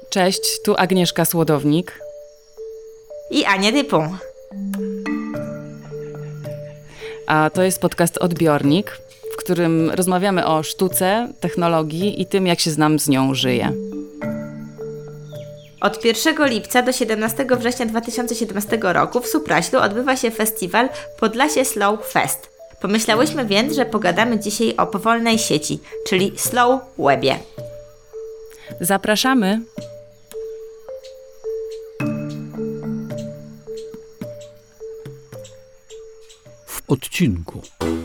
Cześć, tu Agnieszka Słodownik i Ania Dypą. A to jest podcast Odbiornik, w którym rozmawiamy o sztuce, technologii i tym, jak się nam z nią żyje. Od 1 lipca do 17 września 2017 roku w Supraślu odbywa się festiwal Podlasie Slow Fest. Pomyślałyśmy więc, że pogadamy dzisiaj o powolnej sieci, czyli slow webie. Zapraszamy! W odcinku.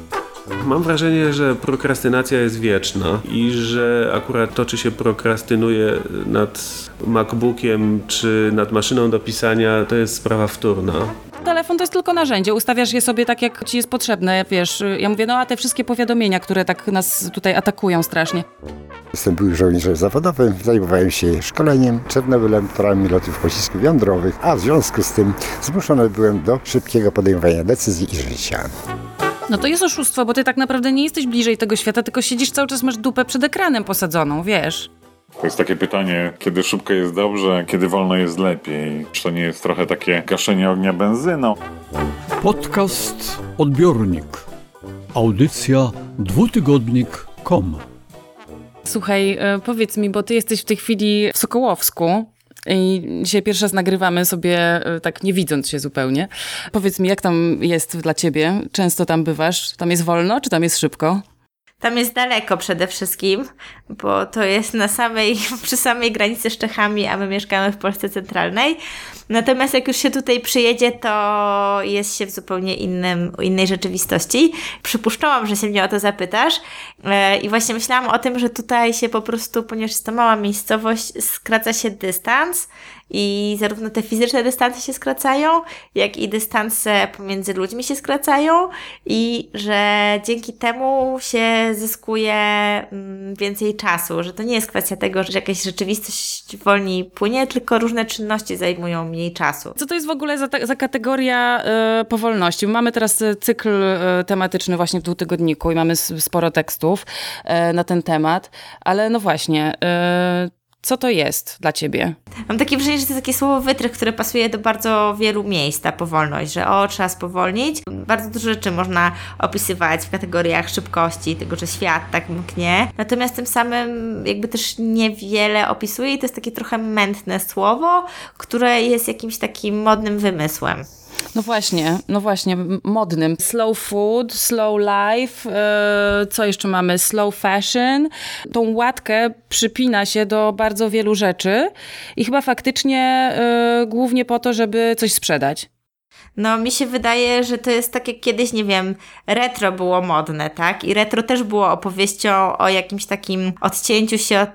Mam wrażenie, że prokrastynacja jest wieczna i że akurat to, czy się prokrastynuje nad MacBookiem czy nad maszyną do pisania, to jest sprawa wtórna. Telefon to jest tylko narzędzie, ustawiasz je sobie tak, jak ci jest potrzebne, wiesz. Ja mówię, a te wszystkie powiadomienia, które tak nas tutaj atakują strasznie. Jestem byłym żołnierzem zawodowym, zajmowałem się szkoleniem Czernobylem, torami lotów pocisków jądrowych, a w związku z tym zmuszony byłem do szybkiego podejmowania decyzji i życia. No to jest oszustwo, bo ty tak naprawdę nie jesteś bliżej tego świata, tylko siedzisz cały czas, masz dupę przed ekranem posadzoną, wiesz. To jest takie pytanie, kiedy szybko jest dobrze, kiedy wolno jest lepiej. Czy to nie jest trochę takie gaszenie ognia benzyną? Podcast Odbiornik. Audycja dwutygodnik.com. Słuchaj, powiedz mi, bo ty jesteś w tej chwili w Sokołowsku i dzisiaj pierwszy raz nagrywamy sobie tak nie widząc się zupełnie. Powiedz mi, jak tam jest dla ciebie? Często tam bywasz? Tam jest wolno, czy tam jest szybko? Tam jest daleko przede wszystkim, bo to jest przy samej granicy z Czechami, a my mieszkamy w Polsce centralnej. Natomiast jak już się tutaj przyjedzie, to jest się w zupełnie innej rzeczywistości. Przypuszczałam, że się mnie o to zapytasz i właśnie myślałam o tym, że tutaj się po prostu, ponieważ jest to mała miejscowość, skraca się dystans i zarówno te fizyczne dystanse się skracają, jak i dystanse pomiędzy ludźmi się skracają i że dzięki temu się zyskuje więcej czasu, że to nie jest kwestia tego, że jakaś rzeczywistość wolniej płynie, tylko różne czynności zajmują mniej czasu. Co to jest w ogóle za kategoria powolności? Mamy teraz cykl tematyczny właśnie w dwutygodniku i mamy sporo tekstów na ten temat, ale no właśnie, co to jest dla ciebie? Mam takie wrażenie, że to jest takie słowo wytrych, które pasuje do bardzo wielu miejsc, ta powolność, że trzeba spowolnić. Bardzo dużo rzeczy można opisywać w kategoriach szybkości, tego, że świat tak mknie. Natomiast tym samym jakby też niewiele opisuje i to jest takie trochę mętne słowo, które jest jakimś takim modnym wymysłem. No właśnie, modnym. Slow food, slow life, co jeszcze mamy? Slow fashion. Tą łatkę przypina się do bardzo wielu rzeczy i chyba faktycznie głównie po to, żeby coś sprzedać. No, mi się wydaje, że to jest tak jak kiedyś, nie wiem, retro było modne, tak? I retro też było opowieścią o jakimś takim odcięciu się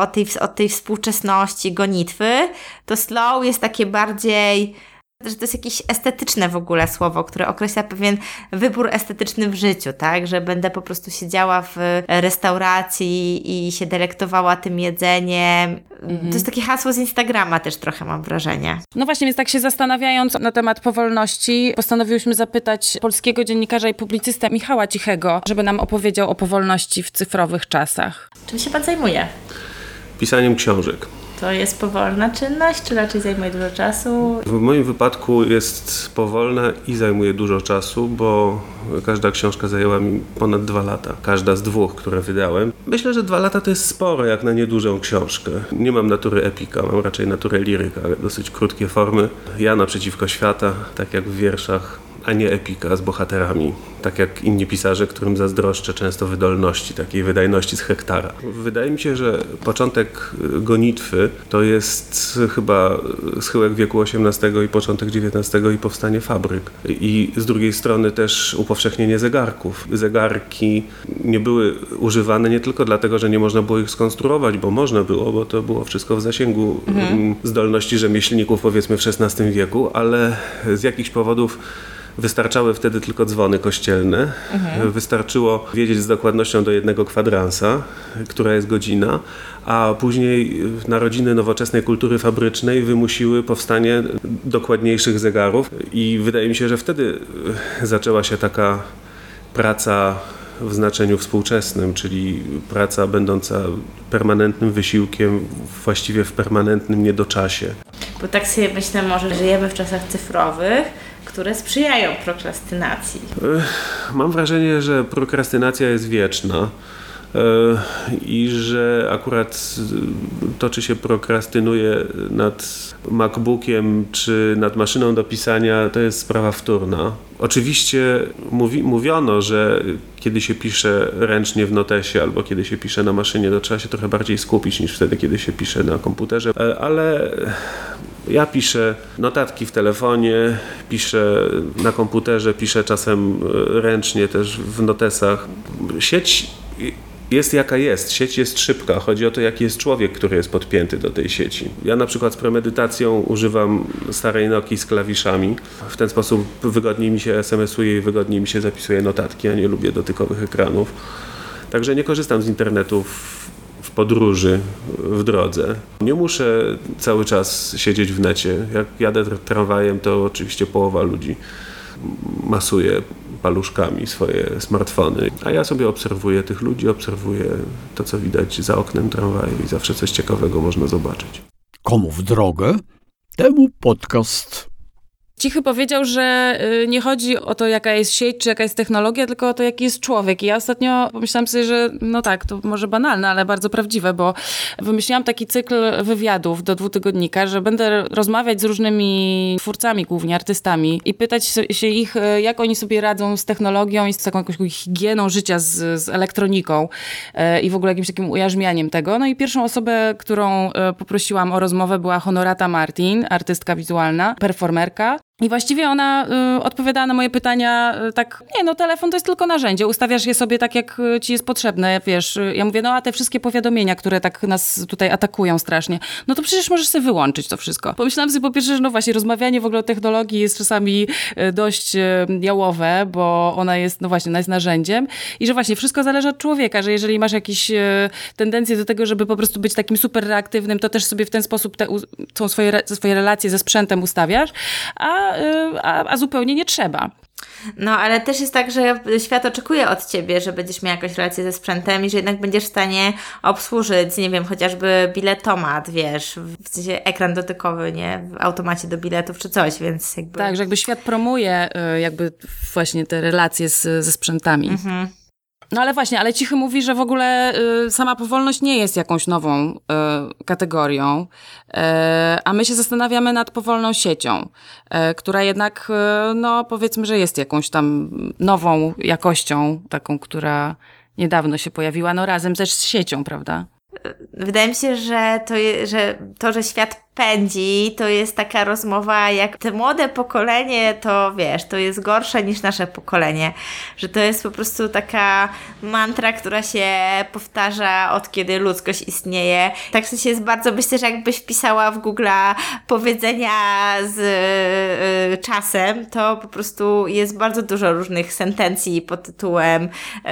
od tej współczesności, gonitwy. To slow jest takie bardziej, że to jest jakieś estetyczne w ogóle słowo, które określa pewien wybór estetyczny w życiu, tak? Że będę po prostu siedziała w restauracji i się delektowała tym jedzeniem. To jest takie hasło z Instagrama też trochę, mam wrażenie. No właśnie, więc tak się zastanawiając na temat powolności, postanowiłyśmy zapytać polskiego dziennikarza i publicystę Michała Cichego, żeby nam opowiedział o powolności w cyfrowych czasach. Czym się pan zajmuje? Pisaniem książek. To jest powolna czynność, czy raczej zajmuje dużo czasu? W moim wypadku jest powolna i zajmuje dużo czasu, bo każda książka zajęła mi ponad 2 lata. Każda z 2, które wydałem. Myślę, że 2 lata to jest sporo, jak na niedużą książkę. Nie mam natury epika, mam raczej naturę liryka, dosyć krótkie formy. Ja naprzeciwko świata, tak jak w wierszach, a nie epika z bohaterami. Tak jak inni pisarze, którym zazdroszczę często wydolności, takiej wydajności z hektara. Wydaje mi się, że początek gonitwy to jest chyba schyłek wieku XVIII i początek XIX i powstanie fabryk. I z drugiej strony też upowszechnienie zegarków. Zegarki nie były używane nie tylko dlatego, że nie można było ich skonstruować, bo można było, bo to było wszystko w zasięgu zdolności rzemieślników, powiedzmy w XVI wieku, ale z jakichś powodów wystarczały wtedy tylko dzwony kościelne. Wystarczyło wiedzieć z dokładnością do 1 kwadransa, która jest godzina, a później narodziny nowoczesnej kultury fabrycznej wymusiły powstanie dokładniejszych zegarów i wydaje mi się, że wtedy zaczęła się taka praca w znaczeniu współczesnym, czyli praca będąca permanentnym wysiłkiem, właściwie w permanentnym niedoczasie. Bo tak sobie myślę, może żyjemy w czasach cyfrowych, które sprzyjają prokrastynacji. Mam wrażenie, że prokrastynacja jest wieczna i że akurat to, czy się prokrastynuje nad MacBookiem czy nad maszyną do pisania, to jest sprawa wtórna. Oczywiście mówiono, że kiedy się pisze ręcznie w notesie albo kiedy się pisze na maszynie, to trzeba się trochę bardziej skupić niż wtedy, kiedy się pisze na komputerze, ale ja piszę notatki w telefonie, piszę na komputerze, piszę czasem ręcznie też w notesach. Sieć jest jaka jest. Sieć jest szybka. Chodzi o to, jaki jest człowiek, który jest podpięty do tej sieci. Ja na przykład z premedytacją używam starej Nokii z klawiszami. W ten sposób wygodniej mi się SMS-uje i wygodniej mi się zapisuje notatki. Ja nie lubię dotykowych ekranów. Także nie korzystam z internetu w podróży, w drodze. Nie muszę cały czas siedzieć w necie. Jak jadę tramwajem, to oczywiście połowa ludzi masuje paluszkami swoje smartfony. A ja sobie obserwuję tych ludzi, obserwuję to, co widać za oknem tramwaju i zawsze coś ciekawego można zobaczyć. Komu w drogę, temu podcast. Cichy powiedział, że nie chodzi o to, jaka jest sieć, czy jaka jest technologia, tylko o to, jaki jest człowiek. I ja ostatnio pomyślałam sobie, że no tak, to może banalne, ale bardzo prawdziwe, bo wymyśliłam taki cykl wywiadów do 2-tygodnika, że będę rozmawiać z różnymi twórcami, głównie artystami i pytać się ich, jak oni sobie radzą z technologią i z taką jakąś higieną życia z elektroniką i w ogóle jakimś takim ujarzmianiem tego. No i pierwszą osobę, którą poprosiłam o rozmowę, była Honorata Martin, artystka wizualna, performerka. I właściwie ona odpowiadała na moje pytania tak, telefon to jest tylko narzędzie, ustawiasz je sobie tak, jak ci jest potrzebne, wiesz. Ja mówię, a te wszystkie powiadomienia, które tak nas tutaj atakują strasznie, no to przecież możesz sobie wyłączyć to wszystko. Pomyślałam sobie po pierwsze, że właśnie rozmawianie w ogóle o technologii jest czasami dość jałowe, bo ona jest, ona jest narzędziem i że właśnie wszystko zależy od człowieka, że jeżeli masz jakieś tendencje do tego, żeby po prostu być takim super reaktywnym, to też sobie w ten sposób swoje relacje ze sprzętem ustawiasz, a zupełnie nie trzeba. No, ale też jest tak, że świat oczekuje od ciebie, że będziesz miał jakąś relację ze sprzętem i że jednak będziesz w stanie obsłużyć, nie wiem, chociażby biletomat, wiesz, w sensie ekran dotykowy, nie? W automacie do biletów czy coś, więc jakby... Tak, że jakby świat promuje jakby właśnie te relacje ze sprzętami. Mhm. No ale właśnie, ale Cichy mówi, że w ogóle sama powolność nie jest jakąś nową kategorią, a my się zastanawiamy nad powolną siecią, która jednak, powiedzmy, że jest jakąś tam nową jakością, taką, która niedawno się pojawiła, razem też z siecią, prawda? Wydaje mi się, że że świat pędzi, to jest taka rozmowa, jak te młode pokolenie, to wiesz, to jest gorsze niż nasze pokolenie, że to jest po prostu taka mantra, która się powtarza od kiedy ludzkość istnieje. Tak w sensie jest bardzo, myślę, że jakbyś wpisała w Google'a powiedzenia z czasem, to po prostu jest bardzo dużo różnych sentencji pod tytułem,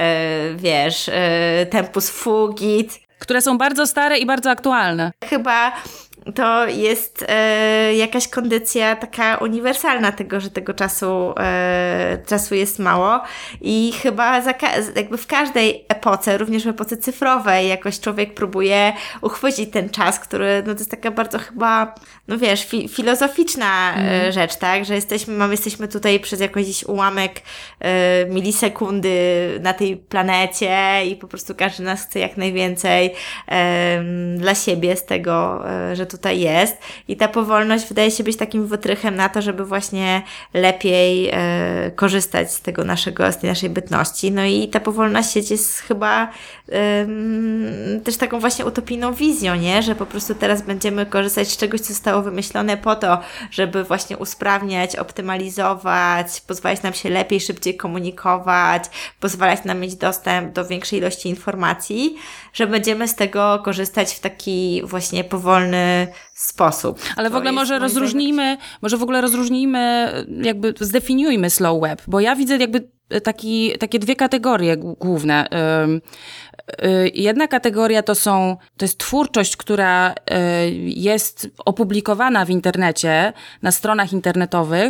tempus fugit, które są bardzo stare i bardzo aktualne. Chyba to jest jakaś kondycja taka uniwersalna tego, że tego czasu jest mało i chyba jakby w każdej epoce, również w epoce cyfrowej, jakoś człowiek próbuje uchwycić ten czas, który, to jest taka bardzo chyba, filozoficzna rzecz, tak, że jesteśmy tutaj przez jakiś ułamek milisekundy na tej planecie i po prostu każdy z nas chce jak najwięcej dla siebie z tego, że tutaj jest i ta powolność wydaje się być takim wytrychem na to, żeby właśnie lepiej korzystać z tej naszej bytności. No i ta powolna sieć jest chyba też taką właśnie utopijną wizją, nie? Że po prostu teraz będziemy korzystać z czegoś, co zostało wymyślone po to, żeby właśnie usprawniać, optymalizować, pozwalać nam się lepiej, szybciej komunikować, pozwalać nam mieć dostęp do większej ilości informacji, że będziemy z tego korzystać w taki właśnie powolny sposób. Ale w ogóle może rozróżnijmy, jakby zdefiniujmy slow web, bo ja widzę jakby takie dwie kategorie główne. Jedna kategoria to jest twórczość, która jest opublikowana w internecie, na stronach internetowych,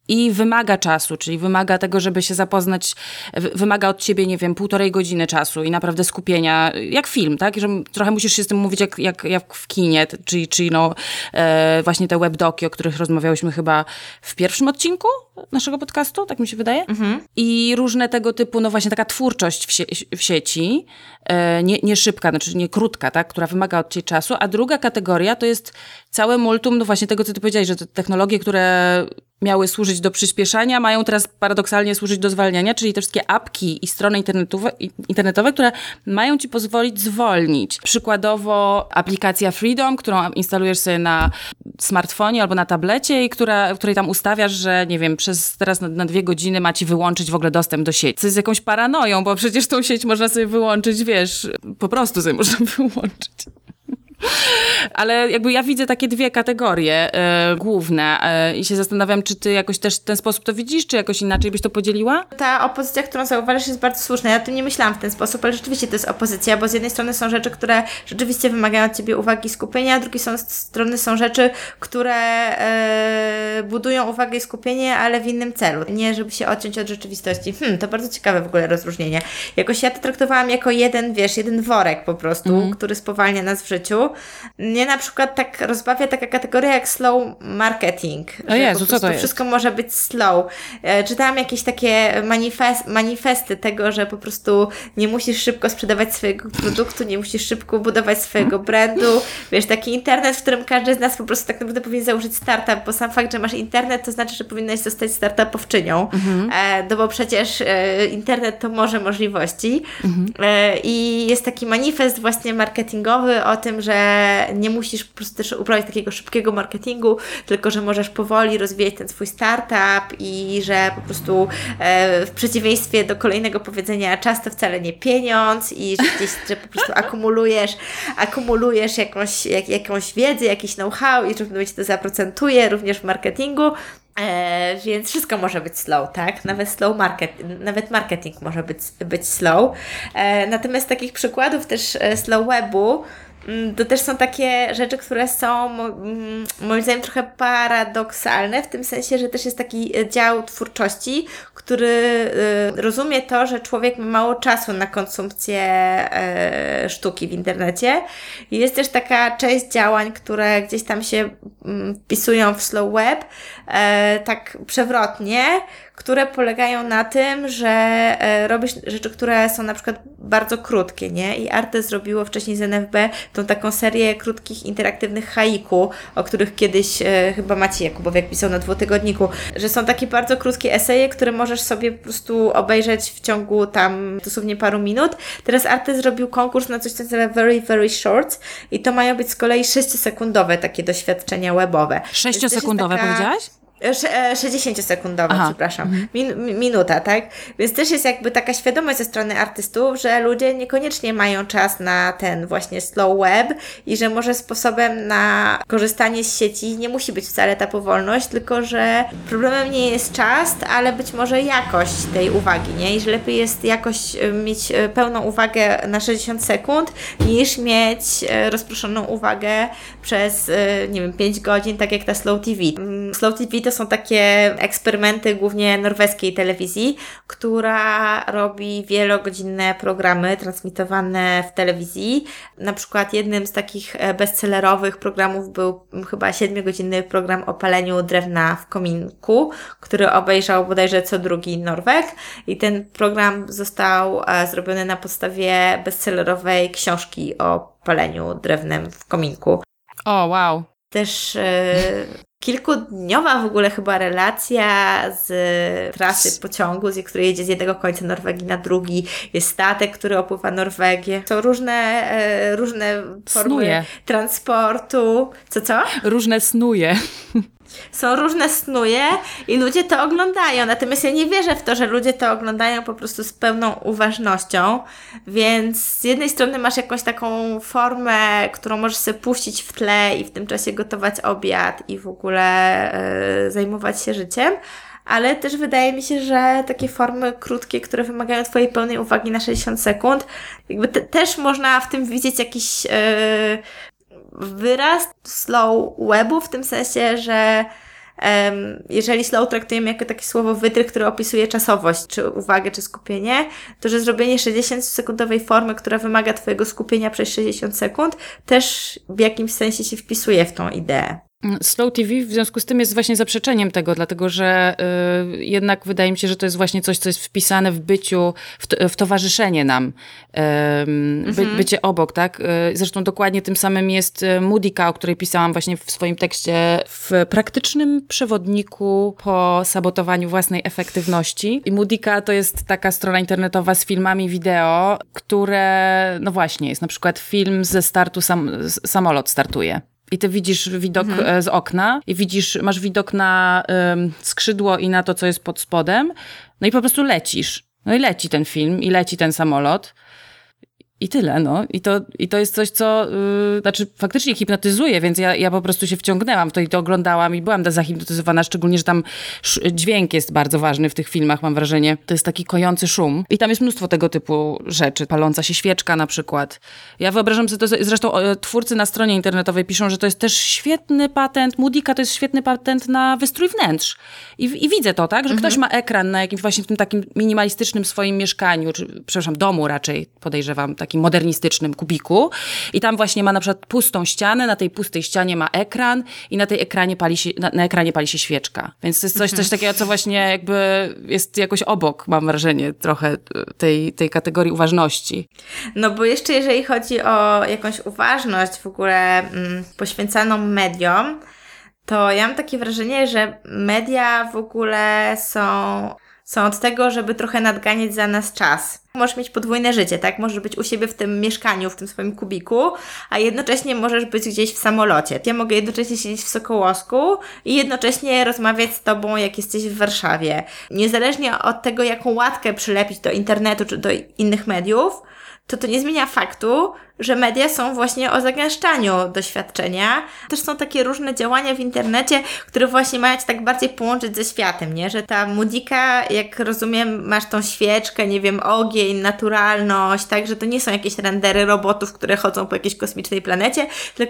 i wymaga czasu, czyli wymaga tego, żeby się zapoznać, wymaga od ciebie, nie wiem, 1,5 godziny czasu i naprawdę skupienia, jak film, tak? Że trochę musisz się z tym mówić jak w kinie, czyli właśnie te webdoki, o których rozmawiałyśmy chyba w pierwszym odcinku naszego podcastu, tak mi się wydaje. I różne tego typu, no właśnie taka twórczość w sieci, nie szybka, znaczy nie krótka, tak? Która wymaga od ciebie czasu, a druga kategoria to jest całe multum, no właśnie tego, co ty powiedziałeś, że te technologie, które miały służyć do przyspieszania, mają teraz paradoksalnie służyć do zwalniania, czyli te wszystkie apki i strony internetowe, które mają ci pozwolić zwolnić. Przykładowo aplikacja Freedom, którą instalujesz sobie na smartfonie albo na tablecie i której tam ustawiasz, że nie wiem, teraz na 2 godziny ma ci wyłączyć w ogóle dostęp do sieci. Co jest jakąś paranoją, bo przecież tą sieć można sobie wyłączyć, wiesz, po prostu sobie można wyłączyć. Ale jakby ja widzę takie 2 kategorie główne i się zastanawiam, czy ty jakoś też w ten sposób to widzisz, czy jakoś inaczej byś to podzieliła? Ta opozycja, którą zauważasz, jest bardzo słuszna. Ja o tym nie myślałam w ten sposób, ale rzeczywiście to jest opozycja, bo z jednej strony są rzeczy, które rzeczywiście wymagają od ciebie uwagi i skupienia, a z drugiej strony są rzeczy, które budują uwagę i skupienie, ale w innym celu. Nie, żeby się odciąć od rzeczywistości. To bardzo ciekawe w ogóle rozróżnienie. Jakoś ja to traktowałam jako jeden worek po prostu, który spowalnia nas w życiu. Mnie na przykład tak rozbawia taka kategoria jak slow marketing. O Jezu, co to jest? Wszystko może być slow. Czytałam jakieś takie manifesty tego, że po prostu nie musisz szybko sprzedawać swojego produktu, nie musisz szybko budować swojego brandu. Wiesz, taki internet, w którym każdy z nas po prostu tak naprawdę powinien założyć startup, bo sam fakt, że masz internet, to znaczy, że powinnaś zostać startupowczynią. No bo przecież internet to morze możliwości. I jest taki manifest właśnie marketingowy o tym, że nie musisz po prostu też uprawiać takiego szybkiego marketingu, tylko że możesz powoli rozwijać ten swój startup i że po prostu w przeciwieństwie do kolejnego powiedzenia czas to wcale nie pieniądz i że gdzieś że po prostu akumulujesz jakąś wiedzę, jakiś know-how i że w pewnym momencie to zaprocentuje również w marketingu. Więc wszystko może być slow, tak? Nawet marketing może być slow. Natomiast takich przykładów też slow webu to też są takie rzeczy, które są moim zdaniem trochę paradoksalne, w tym sensie, że też jest taki dział twórczości, który rozumie to, że człowiek ma mało czasu na konsumpcję sztuki w internecie. I jest też taka część działań, które gdzieś tam się wpisują w slow web, tak przewrotnie, które polegają na tym, że robisz rzeczy, które są na przykład bardzo krótkie, nie? I Arte zrobiło wcześniej z NFB tą taką serię krótkich, interaktywnych haiku, o których kiedyś chyba Maciej Jakubowiak pisał na 2-tygodniku, że są takie bardzo krótkie eseje, które możesz sobie po prostu obejrzeć w ciągu tam dosłownie paru minut. Teraz Arte zrobił konkurs na coś, co nazywa Very, Very Shorts i to mają być z kolei 6-sekundowe takie doświadczenia webowe. 6-sekundowe powiedziałaś? 60-sekundowe, przepraszam. Minuta, tak? Więc też jest jakby taka świadomość ze strony artystów, że ludzie niekoniecznie mają czas na ten właśnie slow web i że może sposobem na korzystanie z sieci nie musi być wcale ta powolność, tylko że problemem nie jest czas, ale być może jakość tej uwagi, nie? I że lepiej jest mieć pełną uwagę na 60 sekund, niż mieć rozproszoną uwagę przez, 5 godzin, tak jak ta Slow TV. Slow TV to są takie eksperymenty głównie norweskiej telewizji, która robi wielogodzinne programy transmitowane w telewizji. Na przykład jednym z takich bestsellerowych programów był chyba 7-godzinny program o paleniu drewna w kominku, który obejrzał bodajże co drugi Norweg i ten program został zrobiony na podstawie bestsellerowej książki o paleniu drewnem w kominku. O, wow. Też kilkudniowa w ogóle chyba relacja z trasy pociągu, który jedzie z jednego końca Norwegii na drugi. Jest statek, który opływa Norwegię. Są różne formy transportu. Co? Różne snuje. Są różne snuje i ludzie to oglądają. Natomiast ja nie wierzę w to, że ludzie to oglądają po prostu z pełną uważnością. Więc z jednej strony masz jakąś taką formę, którą możesz sobie puścić w tle i w tym czasie gotować obiad i w ogóle zajmować się życiem. Ale też wydaje mi się, że takie formy krótkie, które wymagają twojej pełnej uwagi na 60 sekund, jakby też można w tym widzieć jakiś wyraz slow webu, w tym sensie, że jeżeli slow traktujemy jako takie słowo wytrych, które opisuje czasowość, czy uwagę, czy skupienie, to że zrobienie 60-sekundowej formy, która wymaga twojego skupienia przez 60 sekund, też w jakimś sensie się wpisuje w tą ideę. Slow TV w związku z tym jest właśnie zaprzeczeniem tego, dlatego że jednak wydaje mi się, że to jest właśnie coś, co jest wpisane w byciu, w towarzyszenie nam, bycie obok, tak? Zresztą dokładnie tym samym jest Moody'ka, o której pisałam właśnie w swoim tekście w praktycznym przewodniku po sabotowaniu własnej efektywności. I Moody'ka to jest taka strona internetowa z filmami wideo, które, no właśnie, jest na przykład film ze startu, samolot startuje. I ty widzisz widok z okna i masz widok na skrzydło i na to, co jest pod spodem. No i po prostu lecisz. No i leci ten film i leci ten samolot. I tyle, no. I to jest coś, co znaczy faktycznie hipnotyzuje, więc ja po prostu się wciągnęłam w to i to oglądałam i byłam zahipnotyzowana, szczególnie, że tam dźwięk jest bardzo ważny w tych filmach, mam wrażenie. To jest taki kojący szum. I tam jest mnóstwo tego typu rzeczy. Paląca się świeczka na przykład. Ja wyobrażam sobie to, zresztą twórcy na stronie internetowej piszą, że to jest też świetny patent, Moody'ka to jest świetny patent na wystrój wnętrz. I widzę to, tak, że ktoś ma ekran na jakimś właśnie w tym takim minimalistycznym swoim mieszkaniu, czy przepraszam, domu raczej, podejrzewam, takim modernistycznym kubiku i tam właśnie ma na przykład pustą ścianę, na tej pustej ścianie ma ekran i na tej ekranie na ekranie pali się świeczka. Więc to jest coś takiego, co właśnie jakby jest jakoś obok, mam wrażenie, trochę tej kategorii uważności. No bo jeszcze jeżeli chodzi o jakąś uważność w ogóle poświęcaną mediom, to ja mam takie wrażenie, że media w ogóle są od tego, żeby trochę nadganiać za nas czas. Możesz mieć podwójne życie, tak? Możesz być u siebie w tym mieszkaniu, w tym swoim kubiku, a jednocześnie możesz być gdzieś w samolocie. Ja mogę jednocześnie siedzieć w Sokołowsku i jednocześnie rozmawiać z tobą, jak jesteś w Warszawie. Niezależnie od tego, jaką łatkę przylepić do internetu czy do innych mediów, to nie zmienia faktu, że media są właśnie o zagęszczaniu doświadczenia. Też są takie różne działania w internecie, które właśnie mają cię tak bardziej połączyć ze światem, nie? Że ta Moody'ka, jak rozumiem, masz tą świeczkę, nie wiem, ogień, naturalność, tak? Że to nie są jakieś rendery robotów, które chodzą po jakiejś kosmicznej planecie,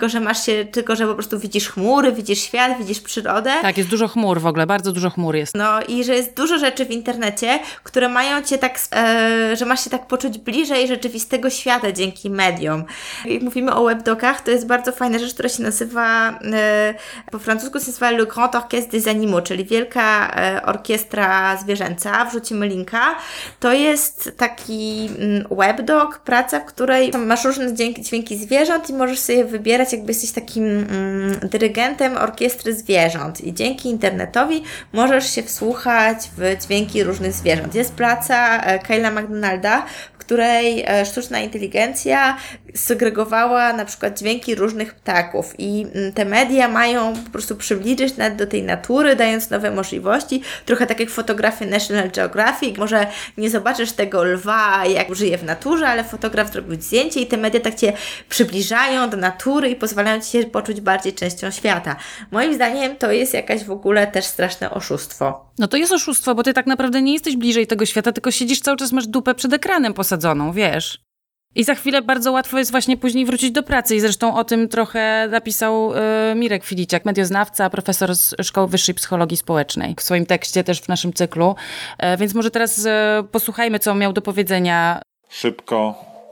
tylko że po prostu widzisz chmury, widzisz świat, widzisz przyrodę. Tak, jest dużo chmur w ogóle, bardzo dużo chmur jest. No i że jest dużo rzeczy w internecie, które mają cię tak, że masz się tak poczuć bliżej rzeczywistego świata dzięki mediom. Jak mówimy o webdocach, to jest bardzo fajna rzecz, która się nazywa, po francusku się nazywa Le Grand Orchestre des Animaux, czyli Wielka Orkiestra Zwierzęca. Wrzucimy linka. To jest taki webdoc, praca, w której masz różne dźwięki zwierząt i możesz sobie wybierać, jakby jesteś takim dyrygentem orkiestry zwierząt. I dzięki internetowi możesz się wsłuchać w dźwięki różnych zwierząt. Jest praca Kyla McDonalda, w której sztuczna inteligencja segregowała na przykład dźwięki różnych ptaków i te media mają po prostu przybliżyć do tej natury, dając nowe możliwości, trochę tak jak fotografie National Geographic. Może nie zobaczysz tego lwa, jak żyje w naturze, ale fotograf zrobił zdjęcie i te media tak cię przybliżają do natury i pozwalają ci się poczuć bardziej częścią świata. Moim zdaniem to jest jakaś w ogóle też straszne oszustwo. No to jest oszustwo, bo ty tak naprawdę nie jesteś bliżej tego świata, tylko siedzisz cały czas, masz dupę przed ekranem posadzoną, wiesz. I za chwilę bardzo łatwo jest właśnie później wrócić do pracy. I zresztą o tym trochę napisał Mirek Filiciak, medioznawca, profesor z Szkoły Wyższej Psychologii Społecznej. W swoim tekście też w naszym cyklu. Więc może teraz posłuchajmy, co miał do powiedzenia. Szybko,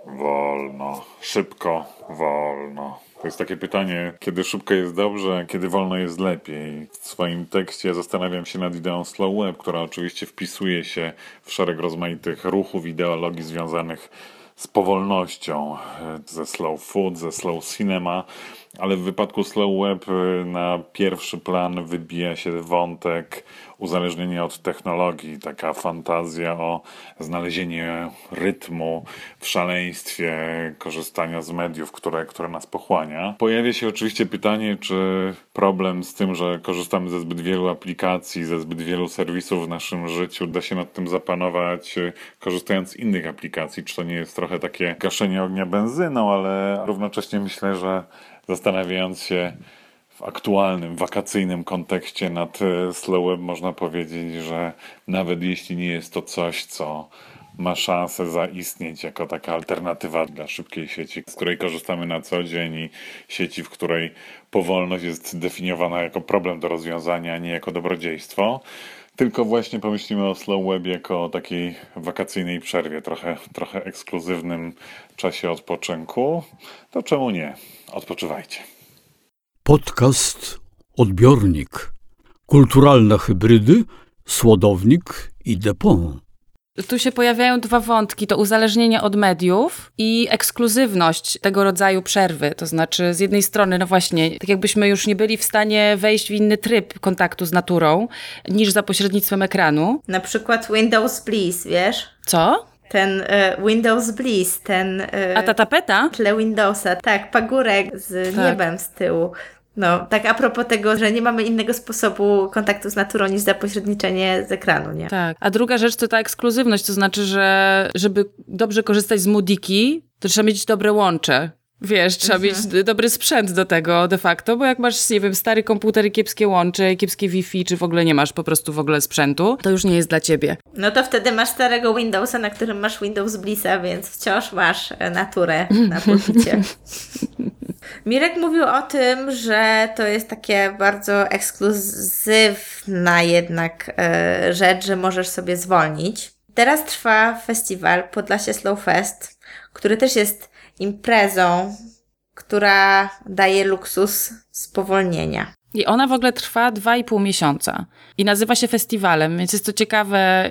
wolno. Szybko, wolno. To jest takie pytanie, kiedy szybko jest dobrze, kiedy wolno jest lepiej. W swoim tekście zastanawiam się nad ideą slow web, która oczywiście wpisuje się w szereg rozmaitych ruchów, ideologii związanych z powolnością, ze slow food, ze slow cinema, ale w wypadku slow web na pierwszy plan wybija się wątek uzależnienia od technologii, taka fantazja o znalezieniu rytmu w szaleństwie korzystania z mediów, które nas pochłania. Pojawia się oczywiście pytanie, czy problem z tym, że korzystamy ze zbyt wielu aplikacji, ze zbyt wielu serwisów w naszym życiu, da się nad tym zapanować korzystając z innych aplikacji, czy to nie jest trochę takie gaszenie ognia benzyną, ale równocześnie myślę, że zastanawiając się w aktualnym, wakacyjnym kontekście nad slow web, można powiedzieć, że nawet jeśli nie jest to coś, co ma szansę zaistnieć jako taka alternatywa dla szybkiej sieci, z której korzystamy na co dzień i sieci, w której powolność jest definiowana jako problem do rozwiązania, a nie jako dobrodziejstwo. Tylko właśnie pomyślimy o Slow Web jako o takiej wakacyjnej przerwie, trochę ekskluzywnym czasie odpoczynku. To czemu nie? Odpoczywajcie. Podcast Odbiornik. Kulturalne hybrydy, słodownik i depon. Tu się pojawiają dwa wątki, to uzależnienie od mediów i ekskluzywność tego rodzaju przerwy. To znaczy z jednej strony, no właśnie, tak jakbyśmy już nie byli w stanie wejść w inny tryb kontaktu z naturą niż za pośrednictwem ekranu. Na przykład Windows Bliss, wiesz? Co? Ten Windows Bliss, A ta tapeta? tle Windowsa, tak, pagórek z niebem z tyłu. No, tak a propos tego, że nie mamy innego sposobu kontaktu z naturą niż zapośredniczenie z ekranu, nie? Tak. A druga rzecz to ta ekskluzywność, to znaczy, że żeby dobrze korzystać z Mudiki, to trzeba mieć dobre łącze. Wiesz, trzeba mieć dobry sprzęt do tego de facto, bo jak masz, nie wiem, stary komputer i kiepskie łącze, kiepskie Wi-Fi, czy w ogóle nie masz po prostu w ogóle sprzętu, to już nie jest dla ciebie. No to wtedy masz starego Windowsa, na którym masz Windows Blissa, więc wciąż masz naturę na pulpicie. Mirek mówił o tym, że to jest takie bardzo ekskluzywna jednak rzecz, że możesz sobie zwolnić. Teraz trwa festiwal Podlasie Slow Fest, który też jest imprezą, która daje luksus spowolnienia. I ona w ogóle trwa 2,5 miesiąca i nazywa się festiwalem, więc jest to ciekawe,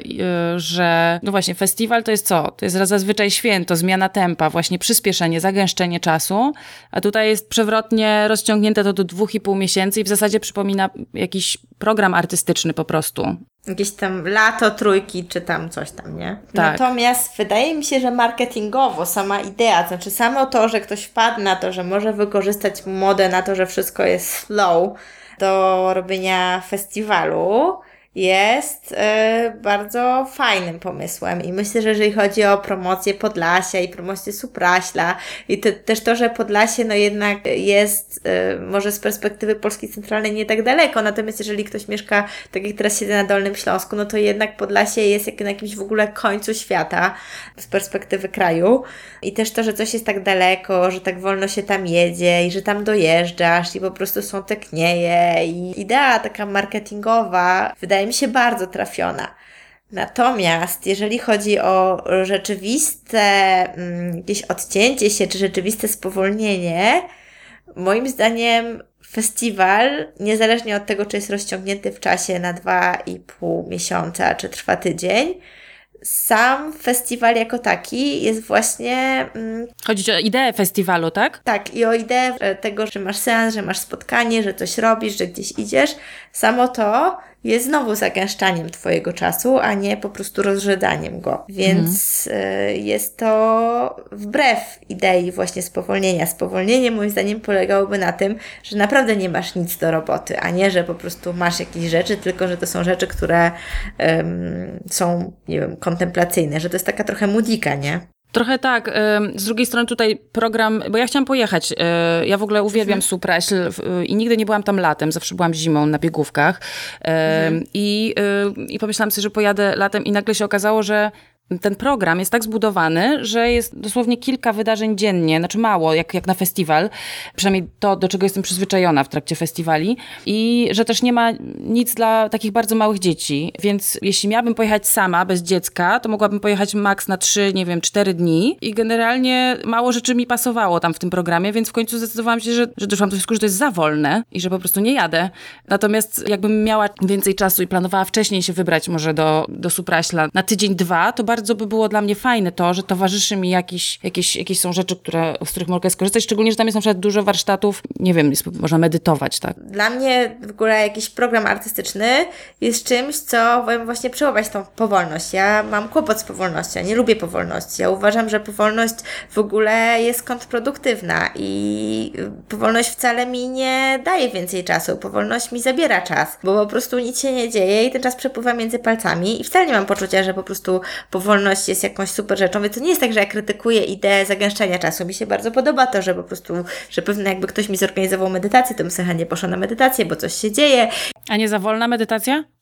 że no właśnie festiwal to jest co? To jest zazwyczaj święto, zmiana tempa, właśnie przyspieszenie, zagęszczenie czasu, a tutaj jest przewrotnie rozciągnięte to do 2,5 miesięcy i w zasadzie przypomina jakiś program artystyczny po prostu. Jakieś tam lato, trójki, czy tam coś tam, nie? Tak. Natomiast wydaje mi się, że marketingowo sama idea, to znaczy samo to, że ktoś wpadł na to, że może wykorzystać modę na to, że wszystko jest slow do robienia festiwalu, jest bardzo fajnym pomysłem i myślę, że jeżeli chodzi o promocję Podlasia i promocję Supraśla i też to, że Podlasie no jednak jest może z perspektywy Polski Centralnej nie tak daleko, natomiast jeżeli ktoś mieszka, tak jak teraz siedzę na Dolnym Śląsku, no to jednak Podlasie jest jak na jakimś w ogóle końcu świata z perspektywy kraju i też to, że coś jest tak daleko, że tak wolno się tam jedzie i że tam dojeżdżasz i po prostu są te knieje i idea taka marketingowa wydaje mi się bardzo trafiona. Natomiast jeżeli chodzi o rzeczywiste jakieś odcięcie się, czy rzeczywiste spowolnienie, moim zdaniem festiwal, niezależnie od tego, czy jest rozciągnięty w czasie na 2,5 miesiąca, czy trwa tydzień, sam festiwal jako taki jest właśnie... Chodzi o ideę festiwalu, tak? Tak, i o ideę tego, że masz seans, że masz spotkanie, że coś robisz, że gdzieś idziesz. Samo to jest znowu zagęszczaniem twojego czasu, a nie po prostu rozrzedaniem go. Więc jest to wbrew idei właśnie spowolnienia. Spowolnienie moim zdaniem polegałoby na tym, że naprawdę nie masz nic do roboty, a nie, że po prostu masz jakieś rzeczy, tylko że to są rzeczy, które są, nie wiem, kontemplacyjne, że to jest taka trochę mudika, nie? Trochę tak. Z drugiej strony tutaj program, bo ja chciałam pojechać. Ja w ogóle uwielbiam Supraśl i nigdy nie byłam tam latem, zawsze byłam zimą na biegówkach. I pomyślałam sobie, że pojadę latem i nagle się okazało, że ten program jest tak zbudowany, że jest dosłownie kilka wydarzeń dziennie, znaczy mało, jak na festiwal, przynajmniej to, do czego jestem przyzwyczajona w trakcie festiwali i że też nie ma nic dla takich bardzo małych dzieci, więc jeśli miałabym pojechać sama, bez dziecka, to mogłabym pojechać maks na 3, nie wiem, 4 dni i generalnie mało rzeczy mi pasowało tam w tym programie, więc w końcu zdecydowałam się, że doszłam do wniosku, że to jest za wolne i że po prostu nie jadę. Natomiast jakbym miała więcej czasu i planowała wcześniej się wybrać może do Supraśla na tydzień, 2, to bardzo by było dla mnie fajne to, że towarzyszy mi jakieś są rzeczy, z których mogę skorzystać, szczególnie, że tam jest na przykład dużo warsztatów, nie wiem, można medytować, tak? Dla mnie w ogóle jakiś program artystyczny jest czymś, co właśnie przełamać tą powolność. Ja mam kłopot z powolnością, ja nie lubię powolności. Ja uważam, że powolność w ogóle jest kontrproduktywna i powolność wcale mi nie daje więcej czasu. Powolność mi zabiera czas, bo po prostu nic się nie dzieje i ten czas przepływa między palcami i wcale nie mam poczucia, że po prostu powolność jest jakąś super rzeczą, więc to nie jest tak, że ja krytykuję ideę zagęszczania czasu. Mi się bardzo podoba to, że po prostu, że pewnie jakby ktoś mi zorganizował medytację, to bym sobie chętnie poszła na medytację, bo coś się dzieje. A nie za wolna medytacja?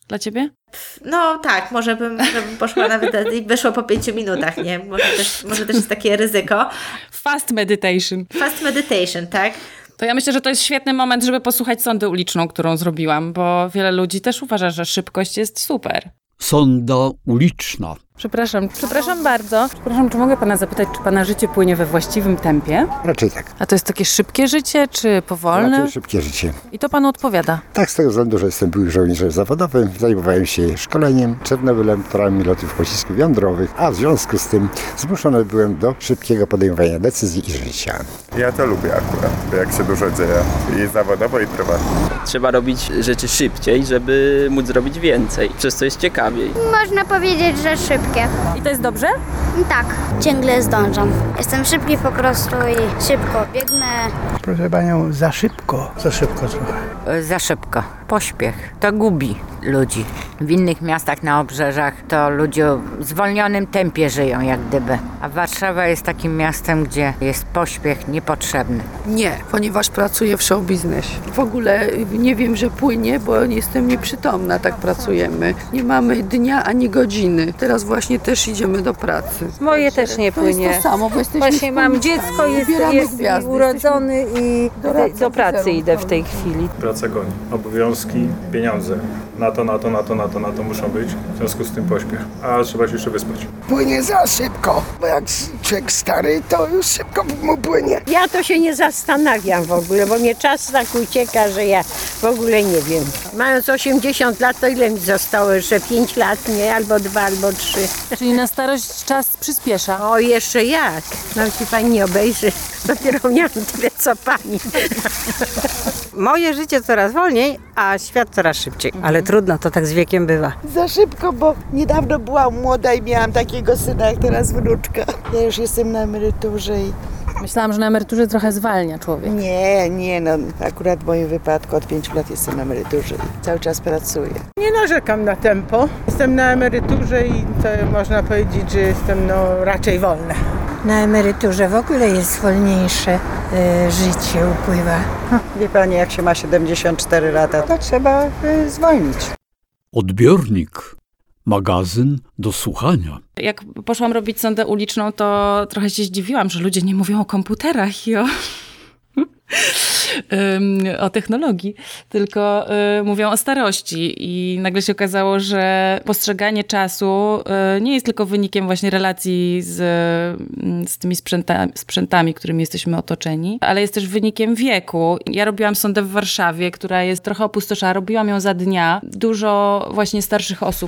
dla ciebie? No tak, może bym poszła nawet i wyszło po 5 minutach, nie? Może też jest takie ryzyko. Fast meditation. Fast meditation, tak? To ja myślę, że to jest świetny moment, żeby posłuchać sondy uliczną, którą zrobiłam, bo wiele ludzi też uważa, że szybkość jest super. Sonda uliczna. Przepraszam bardzo. Przepraszam, czy mogę pana zapytać, czy pana życie płynie we właściwym tempie? Raczej tak. A to jest takie szybkie życie, czy powolne? Raczej szybkie życie. I to panu odpowiada? Tak, z tego względu, że jestem byłym żołnierzem zawodowym, zajmowałem się szkoleniem, Czernobylem, torami lotów pocisków jądrowych, a w związku z tym zmuszony byłem do szybkiego podejmowania decyzji i życia. Ja to lubię akurat, bo jak się dużo dzieje i zawodowo, i prywatnie. Trzeba robić rzeczy szybciej, żeby móc zrobić więcej, przez co jest ciekawiej. Można powiedzieć, że szybkie. I to jest dobrze? Tak, ciągle zdążam. Jestem szybki po prostu i szybko biegnę. Proszę panią, za szybko. Za szybko trochę. Za szybko. Pośpiech. To gubi ludzi. W innych miastach na obrzeżach to ludzie w zwolnionym tempie żyją jak gdyby. A Warszawa jest takim miastem, gdzie jest pośpiech niepotrzebny. Nie, ponieważ pracuję w show biznesie. W ogóle nie wiem, że płynie, bo jestem nieprzytomna, tak pracujemy. Nie mamy dnia ani godziny. Teraz właśnie też idziemy do pracy. Moje też nie płynie. To jest to samo, bo jesteśmy właśnie mam dziecko, jest gwiazdy, urodzony i do pracy idę w tej chwili. Praca goni. Obowiązki, pieniądze. Na to muszą być. W związku z tym pośpiech. A trzeba się jeszcze wyspać. Płynie za szybko, bo jak człowiek stary, to już szybko mu płynie. Ja to się nie zastanawiam w ogóle, bo mnie czas tak ucieka, że ja w ogóle nie wiem. Mając 80 lat, to ile mi zostało? Jeszcze 5 lat, nie? Albo 2, albo 3. Czyli na starość czas przyspiesza. O, jeszcze jak? Nawet się pani nie obejrzy. Dopiero miałam tyle, co pani. Moje życie coraz wolniej, a świat coraz szybciej. Ale trudno, to tak z wiekiem bywa. Za szybko, bo niedawno byłam młoda i miałam takiego syna, jak teraz wnuczka. Ja już jestem na emeryturze i... Myślałam, że na emeryturze trochę zwalnia człowiek. Nie, no akurat w moim wypadku od 5 lat jestem na emeryturze i cały czas pracuję. Nie narzekam na tempo. Jestem na emeryturze i to można powiedzieć, że jestem raczej wolna. Na emeryturze w ogóle jest wolniejsze życie upływa. Wie pani, jak się ma 74 lata, to trzeba zwolnić. Odbiornik. Magazyn do słuchania. Jak poszłam robić sondę uliczną, to trochę się zdziwiłam, że ludzie nie mówią o komputerach i o technologii, tylko mówią o starości i nagle się okazało, że postrzeganie czasu nie jest tylko wynikiem właśnie relacji z tymi sprzętami, którymi jesteśmy otoczeni, ale jest też wynikiem wieku. Ja robiłam sondę w Warszawie, która jest trochę opustoszała, robiłam ją za dnia. Dużo właśnie starszych osób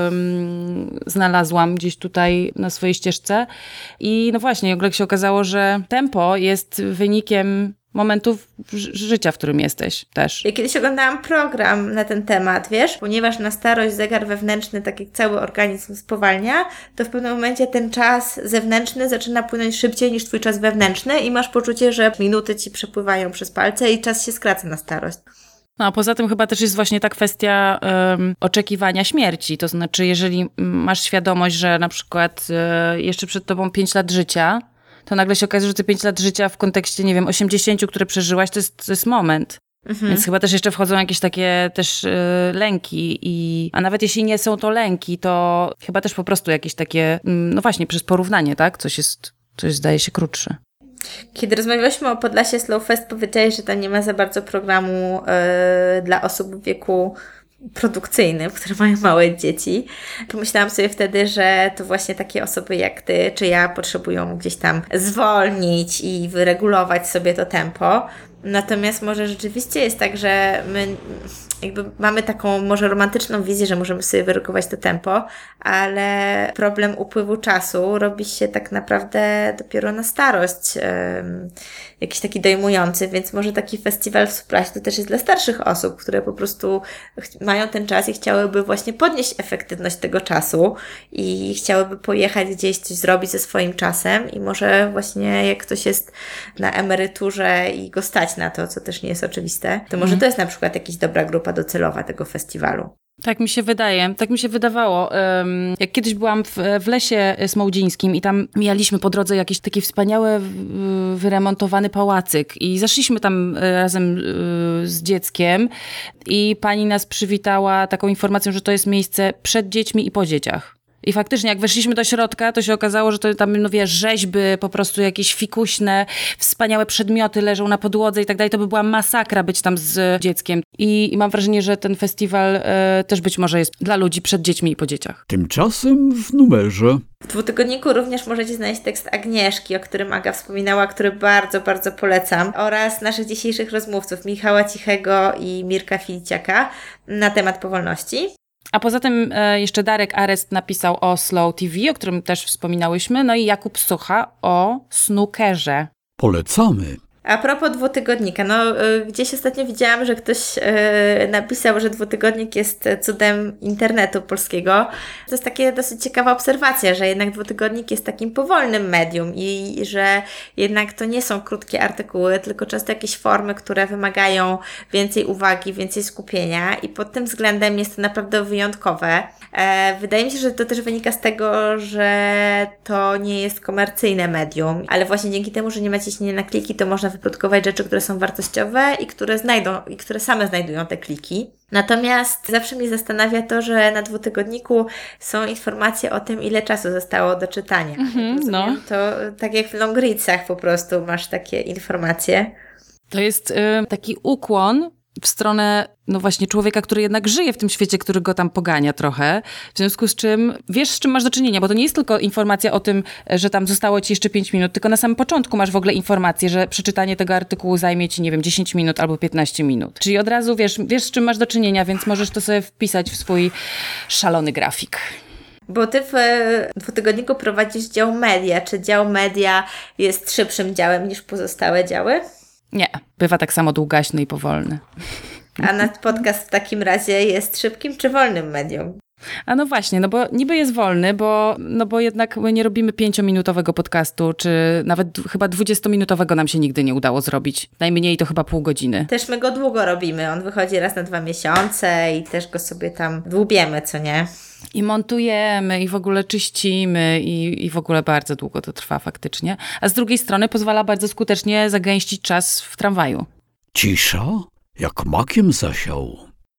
znalazłam gdzieś tutaj na swojej ścieżce i no właśnie, nagle się okazało, że tempo jest wynikiem momentów życia, w którym jesteś też. Ja kiedyś oglądałam program na ten temat, wiesz, ponieważ na starość zegar wewnętrzny, tak jak cały organizm spowalnia, to w pewnym momencie ten czas zewnętrzny zaczyna płynąć szybciej niż twój czas wewnętrzny i masz poczucie, że minuty ci przepływają przez palce i czas się skraca na starość. No a poza tym chyba też jest właśnie ta kwestia oczekiwania śmierci. To znaczy, jeżeli masz świadomość, że na przykład jeszcze przed tobą 5 lat życia, to nagle się okazuje, że te 5 lat życia w kontekście, nie wiem, 80, które przeżyłaś, to jest moment. Więc chyba też jeszcze wchodzą jakieś takie też lęki. A nawet jeśli nie są to lęki, to chyba też po prostu jakieś takie, no właśnie, przez porównanie, tak? Coś zdaje się krótsze. Kiedy rozmawialiśmy o Podlasie Slow Fest, powiedziałeś, że tam nie ma za bardzo programu dla osób w wieku produkcyjnym, które mają małe dzieci. Pomyślałam sobie wtedy, że to właśnie takie osoby jak ty, czy ja potrzebują gdzieś tam zwolnić i wyregulować sobie to tempo. Natomiast może rzeczywiście jest tak, że my jakby mamy taką może romantyczną wizję, że możemy sobie wyregulować to tempo, ale problem upływu czasu robi się tak naprawdę dopiero na starość jakiś taki dojmujący, więc może taki festiwal w Suprasie to też jest dla starszych osób, które po prostu mają ten czas i chciałyby właśnie podnieść efektywność tego czasu i chciałyby pojechać gdzieś, coś zrobić ze swoim czasem i może właśnie jak ktoś jest na emeryturze i go stać na to, co też nie jest oczywiste, to może to jest na przykład jakaś dobra grupa docelowa tego festiwalu. Tak mi się wydaje, tak mi się wydawało. Jak kiedyś byłam w Lesie Smołdzińskim i tam mijaliśmy po drodze jakiś taki wspaniały, wyremontowany pałacyk i zaszliśmy tam razem z dzieckiem i pani nas przywitała taką informacją, że to jest miejsce przed dziećmi i po dzieciach. I faktycznie, jak weszliśmy do środka, to się okazało, że to tam, rzeźby, po prostu jakieś fikuśne, wspaniałe przedmioty leżą na podłodze i tak dalej. To by była masakra być tam z dzieckiem. I mam wrażenie, że ten festiwal też być może jest dla ludzi przed dziećmi i po dzieciach. Tymczasem w numerze. W dwutygodniku również możecie znaleźć tekst Agnieszki, o którym Aga wspominała, który bardzo, bardzo polecam, oraz naszych dzisiejszych rozmówców Michała Cichego i Mirka Filiciaka na temat powolności. A poza tym jeszcze Darek Arest napisał o Slow TV, o którym też wspominałyśmy, no i Jakub Sucha o snookerze. Polecamy. A propos dwutygodnika, gdzieś ostatnio widziałam, że ktoś napisał, że dwutygodnik jest cudem internetu polskiego. To jest takie dosyć ciekawa obserwacja, że jednak dwutygodnik jest takim powolnym medium i że jednak to nie są krótkie artykuły, tylko często jakieś formy, które wymagają więcej uwagi, więcej skupienia i pod tym względem jest to naprawdę wyjątkowe. Wydaje mi się, że to też wynika z tego, że to nie jest komercyjne medium, ale właśnie dzięki temu, że nie ma ciśnienia na kliki, to można wyprodukować rzeczy, które są wartościowe i które same znajdują te kliki. Natomiast zawsze mnie zastanawia to, że na dwutygodniku są informacje o tym, ile czasu zostało do czytania. To tak jak w long readsach po prostu masz takie informacje. To jest taki ukłon w stronę, właśnie człowieka, który jednak żyje w tym świecie, który go tam pogania trochę. W związku z czym wiesz, z czym masz do czynienia, bo to nie jest tylko informacja o tym, że tam zostało ci jeszcze 5 minut, tylko na samym początku masz w ogóle informację, że przeczytanie tego artykułu zajmie ci, 10 minut albo 15 minut. Czyli od razu wiesz, z czym masz do czynienia, więc możesz to sobie wpisać w swój szalony grafik. Bo ty w dwutygodniku prowadzisz dział media. Czy dział media jest szybszym działem niż pozostałe działy? Nie, bywa tak samo długaśny i powolny. A nasz podcast w takim razie jest szybkim czy wolnym medium? A no właśnie, bo niby jest wolny, bo jednak my nie robimy 5-minutowego podcastu, czy nawet chyba 20-minutowego nam się nigdy nie udało zrobić. Najmniej to chyba pół godziny. Też my go długo robimy. On wychodzi raz na 2 miesiące i też go sobie tam dłubiemy, co nie? I montujemy, i w ogóle czyścimy, i w ogóle bardzo długo to trwa faktycznie. A z drugiej strony pozwala bardzo skutecznie zagęścić czas w tramwaju. Cisza jak makiem zasiał.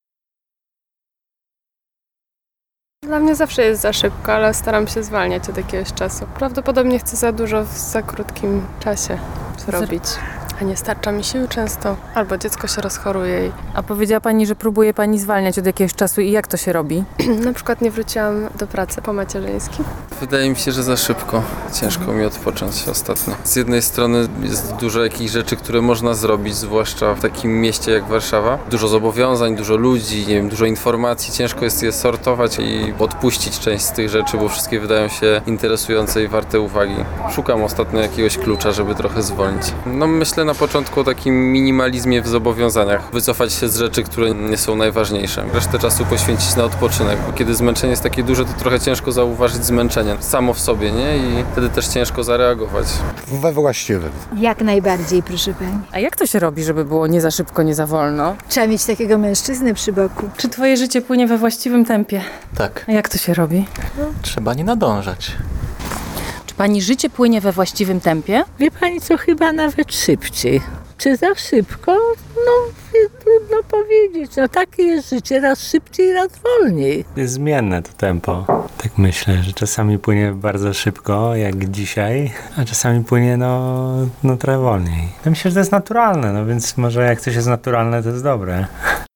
Dla mnie zawsze jest za szybko, ale staram się zwalniać od jakiegoś czasu. Prawdopodobnie chcę za dużo w za krótkim czasie zrobić. A nie starcza mi sił często, albo dziecko się rozchoruje. A powiedziała Pani, że próbuje Pani zwalniać od jakiegoś czasu i jak to się robi? Na przykład nie wróciłam do pracy po macierzyńskim. Wydaje mi się, że za szybko. Ciężko mi odpocząć ostatnio. Z jednej strony jest dużo jakichś rzeczy, które można zrobić, zwłaszcza w takim mieście jak Warszawa. Dużo zobowiązań, dużo ludzi, dużo informacji. Ciężko jest je sortować i odpuścić część z tych rzeczy, bo wszystkie wydają się interesujące i warte uwagi. Szukam ostatnio jakiegoś klucza, żeby trochę zwolnić. Myślę na początku o takim minimalizmie w zobowiązaniach. Wycofać się z rzeczy, które nie są najważniejsze. Resztę czasu poświęcić na odpoczynek. Bo kiedy zmęczenie jest takie duże, to trochę ciężko zauważyć zmęczenie samo w sobie, nie? I wtedy też ciężko zareagować. We właściwym. Jak najbardziej, proszę pani. A jak to się robi, żeby było nie za szybko, nie za wolno? Trzeba mieć takiego mężczyznę przy boku. Czy twoje życie płynie we właściwym tempie? Tak. A jak to się robi? Trzeba nie nadążać. Czy pani życie płynie we właściwym tempie? Wie pani co, chyba nawet szybciej. Czy za szybko? Trudno powiedzieć. Takie jest życie, raz szybciej, raz wolniej. Jest zmienne to tempo. Tak myślę, że czasami płynie bardzo szybko, jak dzisiaj, a czasami płynie trochę wolniej. Ja myślę, że to jest naturalne, więc może jak coś jest naturalne, to jest dobre.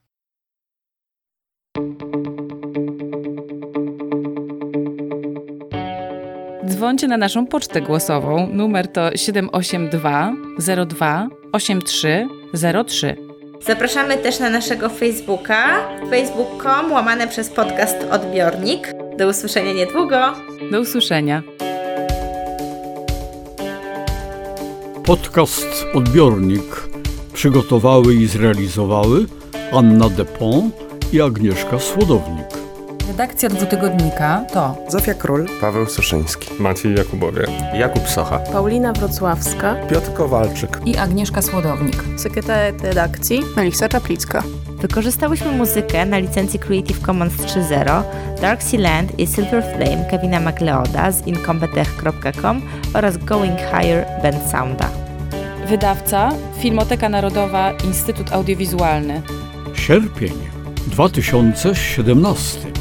Dzwońcie na naszą pocztę głosową. Numer to 782 02 8303. Zapraszamy też na naszego Facebooka facebook.com/podcast-odbiornik. Do usłyszenia niedługo. Do usłyszenia. Podcast Odbiornik przygotowały i zrealizowały Anna Depon i Agnieszka Słodownik. Redakcja dwutygodnika to Zofia Król, Paweł Suszyński, Maciej Jakubowiak, Jakub Socha, Paulina Wrocławska Piotr Kowalczyk i Agnieszka Słodownik. Sekretariat redakcji Melisa Czaplicka. Wykorzystałyśmy muzykę na licencji Creative Commons 3.0 Dark Sea Land i Silver Flame Kevina MacLeoda z incompetech.com oraz Going Higher Band Sounda. Wydawca Filmoteka Narodowa, Instytut Audiowizualny. Sierpień 2017.